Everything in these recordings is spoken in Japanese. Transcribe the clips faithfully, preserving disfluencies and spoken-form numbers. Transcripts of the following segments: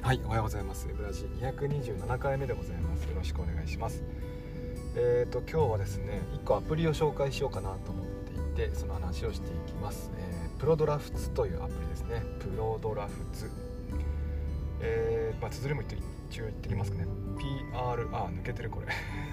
はい、おはようございます。ブラジにひゃくにじゅうななかいめでございます。よろしくお願いします。えーと今日はですね、いっこアプリを紹介しようかなと思っていて、その話をしていきます。えー、プロドラフツというアプリですね。プロドラフツ。えー、まあ綴りも一応言ってきますかね。ピーアール、あ、抜けてるこれ。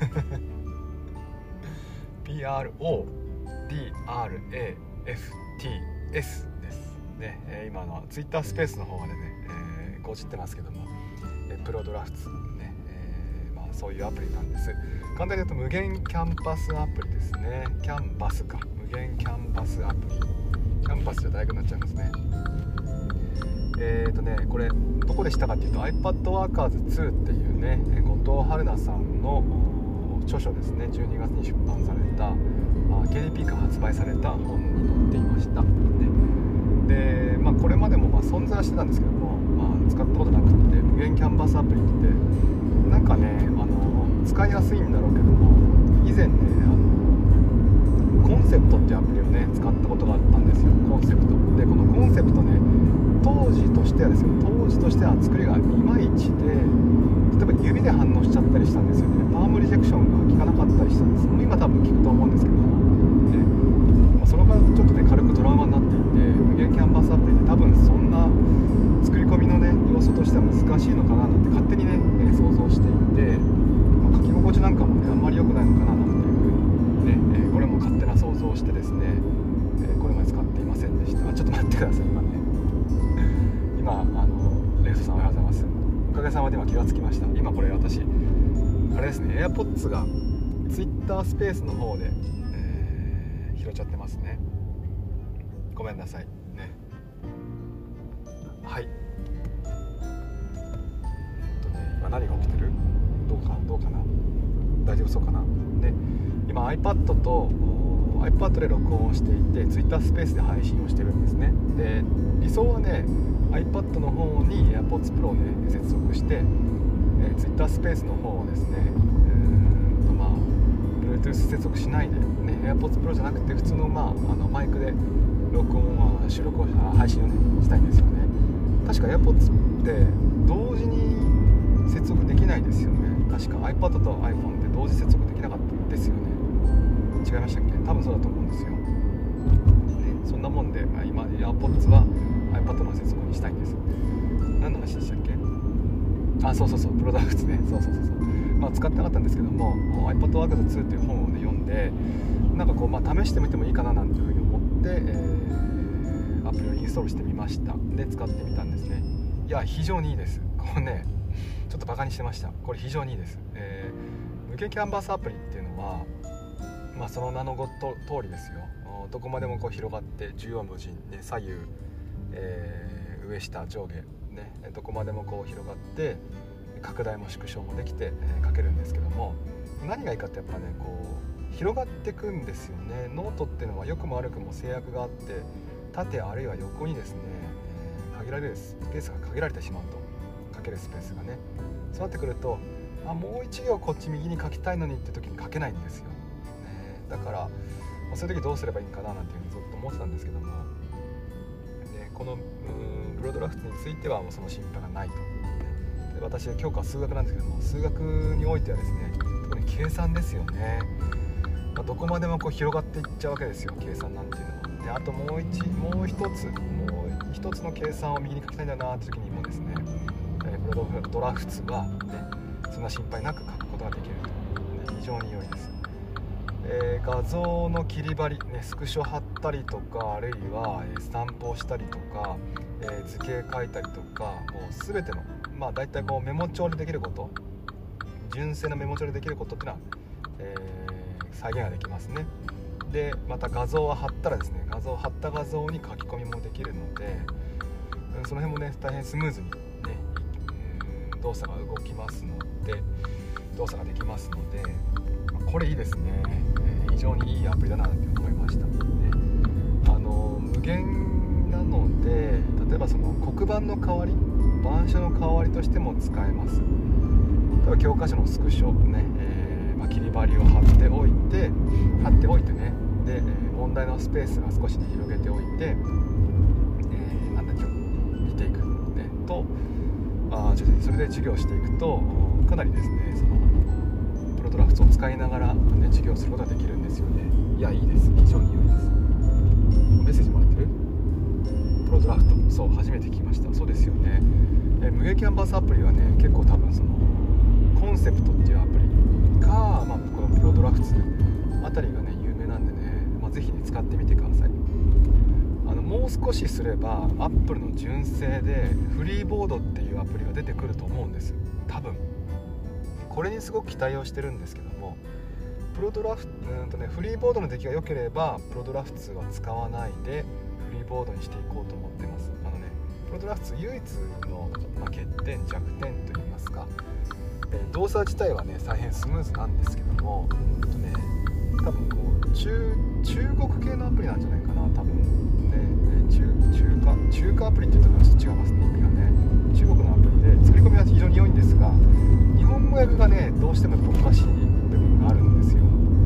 ピーアールオーディーアールエーエフティーエス ですね。えー、今のツイッタースペースの方までね、えー、ごじってますけども、えー、プロドラフツね、えー、まあそういうアプリなんです。簡単に言うと無限キャンパスアプリですね。キャンバスか、無限キャンバスアプリ。キャンパスじゃ大学になっちゃいますね。えーとね、これどこでしたかっていうと iPadWorkers ツーっていうね、後藤春菜さんの著書ですね。じゅうにがつに出版された ケーディーピー から発売された本に載っていました、ね、で、まあ、これまでもまあ存在はしてたんですけども、まあ、使ったことなくって無限キャンバスアプリってなんかね、あの使いやすいんだろうけども、以前ね、あのコンセプトっていうアプリをね使ったことがあったんですよ。コンセプトで、このコンセプトね、当時としてはですよ、当時としては作りがいまいちで、例えば指で反応しちゃったりしたんですよね。パームリジェクションが効かなかったりしたんです。もう今多分効くと思うんですけども、ね、まあ、その場合ちょっとね軽くトラウマになっていて、無限キャンバスアプリで多分そんな作り込みのね要素としては難しいのかななんて勝手にね、えー、想像していて、まあ、書き心地なんかもねあんまり良くないのかななんていうふうにね、えー、これも勝手な想像をしてですね、えー、これまで使っていませんでした。あ、ちょっと待ってください。今ね今あのレフトさんおはようございます。おかげさまで今気がつきました。今これ私あれですね、 AirPods が Twitter スペースの方で、えー、拾っちゃってますね。ごめんなさいね。はい、えっとね今何が起きてる？どうかどうかな、大丈夫そうかな。で今 iPad と iPad で録音をしていて Twitter スペースで配信をしてるんですね。で理想はね iPad の方に AirPods Pro をね接続して、えー、Twitter スペースの方をですね、えーとまあ Bluetooth 接続しないで、ね、AirPods Pro じゃなくて普通の、まあ、あのマイクで録音は収録を配信をねしたいんですよね。確か AirPods って同時に接続できないですよね。確か iPad と iPhone って同時接続できなかったですよね。違いましたっけ？多分そうだと思うんですよ、ね、そんなもんで、まあ、今 AirPods は iPad の接続にしたいんです。何の話でしたっけ？あ、そうそうそう、プロダクツね。そうそうそうそう、まあ、使ってなかったんですけども iPadWorkers ツーっていう本をね読んで、なんかこう、まあ、試してみてもいいかななんていうふうに思って、えー、アプリをインストールしてみました。で使ってみたんですね。いや非常にいいです。これねちょっとバカにしてました。これ非常にいいです、えー、無限キャンバスアプリっていうのは、まあ、その名のごと通りですよ。どこまでもこう広がって縦横無尽、ね、左右、えー、上下上下、ね、どこまでもこう広がって拡大も縮小もできて、えー、書けるんですけども、何がいいかってやっぱねこう広がっていくんですよね。ノートっていうのは良くも悪くも制約があって、縦あるいは横にですね、えー、限られるスペースが限られてしまうと、書けるスペースがね。そうなってくると、あ、もう一行こっち右に書きたいのにって時に書けないんですよ、ね、だから、まあ、そういう時どうすればいいんかななんていうふうにずっと思ってたんですけども、ね、このプロドラフトについてはもうその心配がないと。で私は教科は数学なんですけども、数学においてはですね、特に計算ですよね、まあ、どこまでもこう広がっていっちゃうわけですよ、計算なんていうのは。であともう一もう一つもう一つの計算を右に書きたいんだなって時にもですね、えー、プロドラフツは、ね、そんな心配なく書くことができると、ね、非常に良いです。えー、画像の切り張り、ね、スクショ貼ったりとか、あるいは、えー、スタンプをしたりとか、えー、図形書いたりとか、もう全ての、まあ大体こうメモ帳でできること、純正のメモ帳でできることっていうのは、えー、再現ができますね。でまた画像を貼ったらですね、画像を貼った画像に書き込みもできるので、その辺もね大変スムーズにね、えー、動作が動きますので動作ができますので、これいいですね、えー、非常にいいアプリだなと思いました、ね、あの無限なので、例えばその黒板の代わり、板書の代わりとしても使えます。例えば教科書のスクショね、えーまあ、切り張りを貼っておいて貼っておいてね、で、えー、問題のスペースが少し、ね、広げておいて、えー、なんだっけ見ていく、ね、とあ違う違うそれで授業をしていくとかなりですねそのプロドラフトを使いながら、ね、授業をすることができるんですよね。いやいいです、非常に良いです。メッセージもらってる？プロドラフト、そう初めて聞きました。そうですよね。え無限キャンバスアプリはね結構多分そのコンセプトっていうアプリが、まあ、このプロドラフトあたりがね有名なんでね、まあ、ぜひね使ってみてください。あのもう少しすれば Apple の純正でフリーボードっていうアプリが出てくると思うんです。多分これにすごく期待をしてるんですけども、プロドラフうんとねフリーボードの出来が良ければプロドラフトは使わないでフリーボードにしていこうと思ってます。あのねプロドラフト唯一の、まあ、欠点弱点といいますか、えー、動作自体はね大変スムーズなんですけども、うんとね多分こう 中, 中国系のアプリなんじゃないかな多分ね。中, 中華中華アプリって言ったらちょっと違いますね、意味がね。中国のアプリで作り込みは非常に良いんですが、日本語訳がねどうしてもおかしい部分があるんですよ、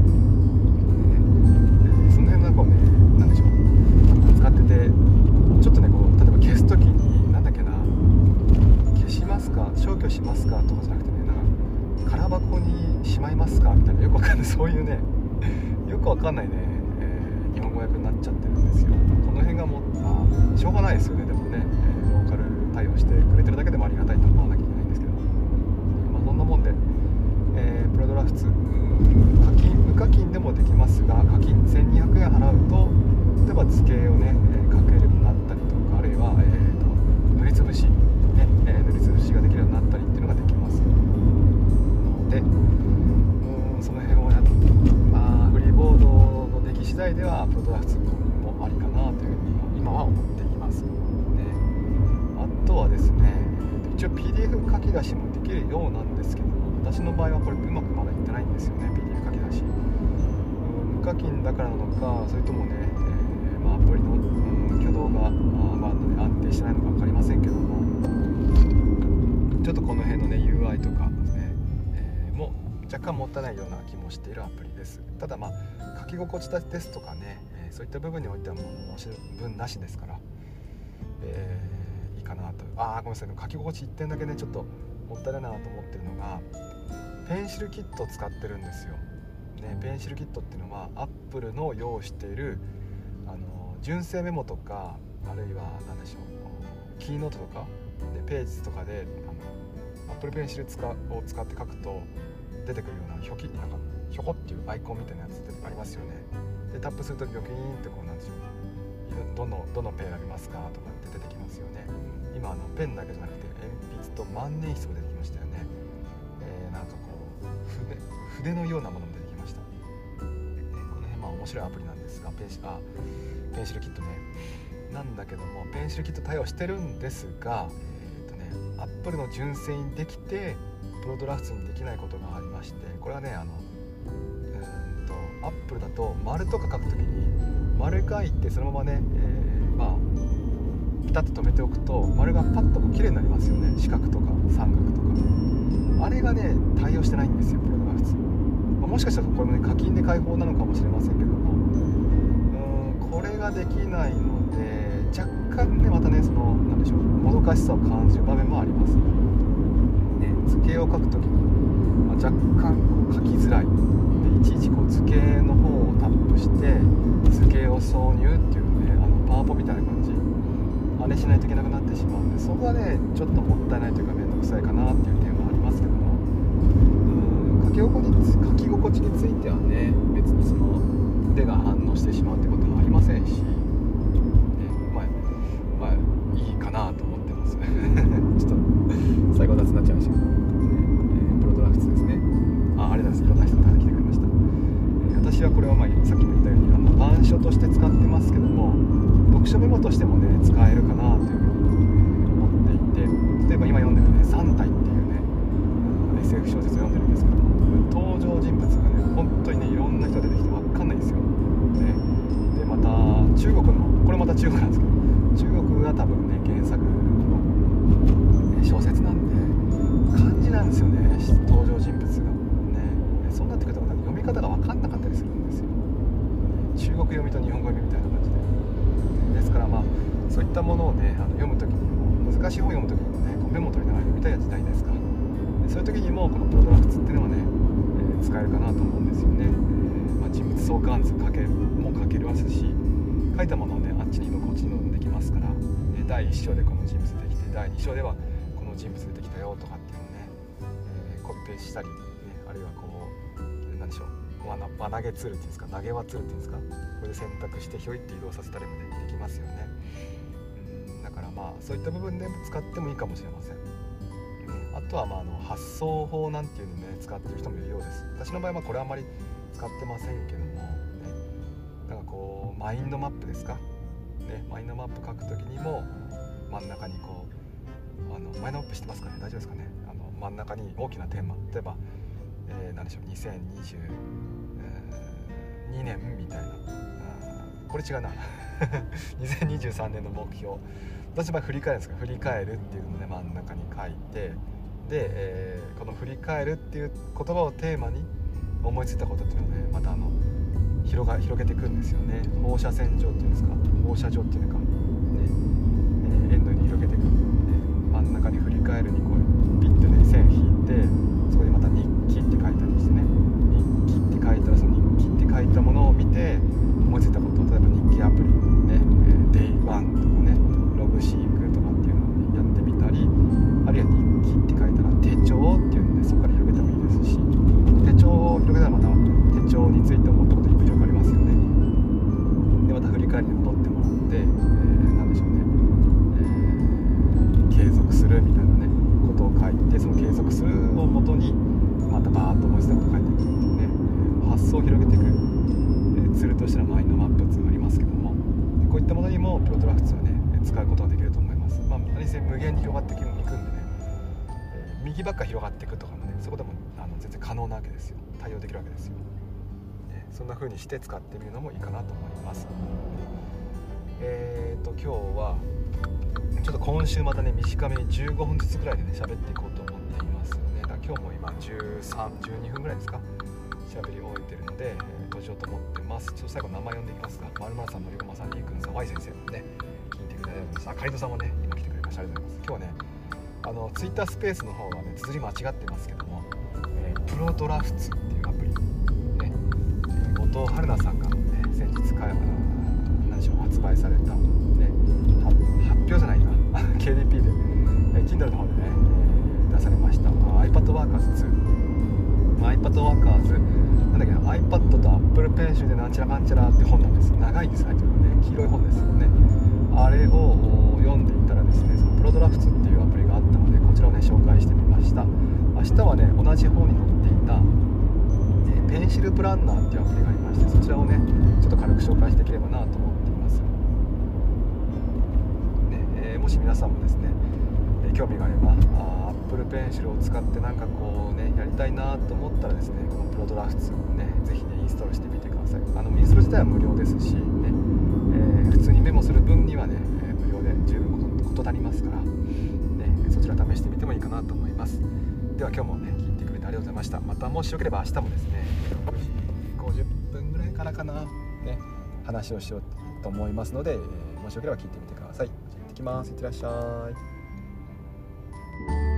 ね、でその辺なんかをね何でしょう使っててちょっとねこう例えば消すときになんだっけな消しますか消去しますかとかじゃなくてねなんか空箱にしまいますかみたいなよくわかんないそういうねよくわかんないね、えー、日本語訳になっちゃってるんですよ。この辺がもう、まあ、しょうがないですよね。でもね、えー、ローカル対応してくれてるだけでもありがたいと思わなきゃいけないんですけど、まあ、そんなもんで、えー、プロドラフト課金無課金でもできますが、課金せんにひゃくえん払うと例えば図形をね、えー、書けるようになったりとか、あるいは、えー、と塗りつぶし、ねえー、塗りつぶしができるようになったりっていうのができますので、うーんその辺をやって、まあ、フリーボードの出来次第ではプロドラフトもありかなというふうに今は思っていますね。あとはですね、一応 ピーディーエフ 書き出しもできるようなんですけども、私の場合はこれうまくまだいってないんですよね。 ピーディーエフ 書き出し無課金だからなのか、それともね、えーまあ、アプリの、うん、挙動があ、まあね、安定してないのか分かりませんけども、ちょっとこの辺のね ユーアイ とかですね、えー、も若干もったいないような気もしているアプリです。ただまあ書き心地ですとかね、えー、そういった部分においてはもう申し分なしですから、えー、いいかなと。あーごめんなさい、書き心地いってんだけねちょっともったいないなと思ってるのが、ペンシルキットを使ってるんですよ、ね、ペンシルキットっていうのは Apple の用意しているあの純正メモとか、あるいは何でしょうキーノートとかでページとかであの Apple ペンシル使を使って書くと出てくるようなひょきなんかひょこっていうアイコンみたいなやつってありますよね。でタップするとビョキーンってこうなんでしょうどのどのペン選びますかとかって出てきますよね。今あのペンだけじゃなくて鉛筆と万年筆も出てきましたよね。えー、なんかこう 筆, 筆のようなものも出てきました。この辺まあ面白いアプリなんですが、ペンシあペンシルキットねなんだけども、ペンシルキット対応してるんですが、えーとね、Apple の純正にできてプロドラフトにできないことがありまして、これはねあのうんと Apple だと丸とか書くときに丸書いてそのままね、えー、まあピタッと止めておくと丸がパッと綺麗になりますよね。四角とか三角とかあれがね対応してないんですよプロドラフト、まあ、もしかしたらこれもね課金で開放なのかもしれませんけども、うーんこれができないので若干ねまたねそのなんでしょうもどかしさを感じる場面もありますね。図形を書くときに、まあ、若干こう書きづらいで、いちいちこう図形の方をタップして図形を挿入っていうねあのパワポみたいな感じあれしないといけなくなってしまうんで、そこはねちょっともったいないというか面倒くさいかなっていう点はありますけども、うーん書き心地書き心地についてはね別にその腕が反応してしまうってことはありませんし、ね、まあ、まあいいかなと思ってますちょっと最後雑になっちゃいましたけど、ねえー、プロドラフトですね。あ、ありがとうございます。いろんな人が来てくれました。えー、私はこれを、まあ、さっきも言ったようにあの板書として使ってますけども、読書メモとしてもね使えるかなというふうに思っていて、例えば今読んでるねさん体っていうね エスエフ 小説を読んでるんですけども、登場人物がね本当にねいろんな人が出てきて分かんないんですよ。ね、でまた中国のこれまた中国なんですけど、中国が多分ね原作の小説なんで漢字なんですよね、登場人物がね。そうなってくると読み方が分かんなかったりするんですよ。中国読みと日本語読みみたいな感じで、ですからまあそういったものをねあの読む時にも難難しい本読む時にもねこうメモ取りながら読みたいじゃないですか。でそういう時にもこのプロドラフツっていうのはね、えー、使えるかなと思うんですよね。えーまあ、人物相関図書けも書けますし、書いたものをねあっちに移動こっちに移動できますから、ね、だいいっ章でこの人物できてだいに章ではこの人物出てきたよとかっていうのをね、えー、コピペしたり、ね、あるいはこう何でしょう、輪投げツールっていうんですか、投げ輪ツールっていうんですか、これで選択してひょいって移動させたりもねできますよね。うんだからまあそういった部分で使ってもいいかもしれません。あとはまああの発想法なんていうのをね使ってる人もいるようです。私の場合はこれあんまり使ってませんけども、ね、なんかこうマインドマップですか、ね、マインドマップ書くときにも真ん中にこうあのマインドマップしてますかね、大丈夫ですかね。あの真ん中に大きなテーマ、例えば、えー、何でしょうにせんにじゅうにねんみたいな、これ違うなにせんにじゅうさんねんの目標、私の場合振り返るんですか、振り返るっていうのをね真ん中に書いて、で、えー、この振り返るっていう言葉をテーマに思いついたことっていうのをねまたあの 広, が広げていくんですよね。放射線状っていうんですか、放射状っていうのか、ねえー、エンドに広げていく、ね、真ん中に振り返るにこうピッてね線引いて、そこにまた日記って書いたりしてね、日記って書いたらその日記って書いたものを見て思いついたことを、例えば日記アプリね、えー、デイワンとかねログシークとかっていうのを、ね、やってみたり、あるいは日記って書いたら手帳っていうので、ね、そこから広げてもいいですし、手帳を広げたらまた手帳について思ったこといっぱい広がりますよね。でまた振り返りに戻ってもらって、えー、何でしょうね、えー、継続するみたいなねことを書いて、その継続するをもとにまたバーッと思いついたことを書いていくっていうね、えー、発想を広げていく、えー、ツールとしてのマインドマップっていうのがありますけども、こういったものにもプロドラフツをね使うことができると思います。まあ何せ無限に広がっていくんでね、えー、右ばっか広がっていくとかもね、そこでもあの全然可能なわけですよ。対応できるわけですよ。ね、そんな風にして使ってみるのもいいかなと思います。えーと今日はちょっと今週またね短めにじゅうごふんずつぐらいでね喋っていこうと思っていますね。だから今日も今じゅうさん、じゅうにふんぐらいですか喋り終えてるので、えー、閉じようと思ってます。ちょっと最後名前読んでいきますか。丸村さん、のりごまさん、りーくんさん、Y 先生ね聞いてくれてます。あかりのさんもね今来てくれました。ありがとうございます。今日はねあのツイッタースペースの方はね綴り間違ってますけども、えー、プロドラフツっていうアプリね、えー、後藤春菜さんが、ね、先日か何でしょう発売された、ね、発表じゃないなケーディーピー で、えー、Kindle の方でね、えー、出されました iPadWorkers ツー、まあ、iPadWorkers なんだっけな iPad と Apple Pencil でなんちゃらかんちゃらって本なんです。長いんですタイトルがね、黄色い本ですよね。あれを読んでいたらですね、そのプロドラフツっていうアプリがあったので、こちらをね紹介してみました。明日はね同じ方に載っていた、えー、ペンシルプランナーっていうアプリがありまして、そちらをねちょっと軽く紹介していければなと思っています、ねえー、もし皆さんもですね、えー、興味があればあ Apple Pencil を使ってなんかこうねやりたいなと思ったらですね、このプロドラフツをねぜひねインストールしてみてください。あのインストール自体は無料ですしね、えー、普通にメモする分にはね、えー、無料で十分こと足りますから、ね、そちら試してみてもいいかなと思います。では今日もね聞いてくれてありがとうございました。またもしよければ明日もですねろくじごじゅっぷんぐらいからかな、ね、話をしようと思いますので、えー、もしよければ聞いてみてください。行ってきます。いってらっしゃい。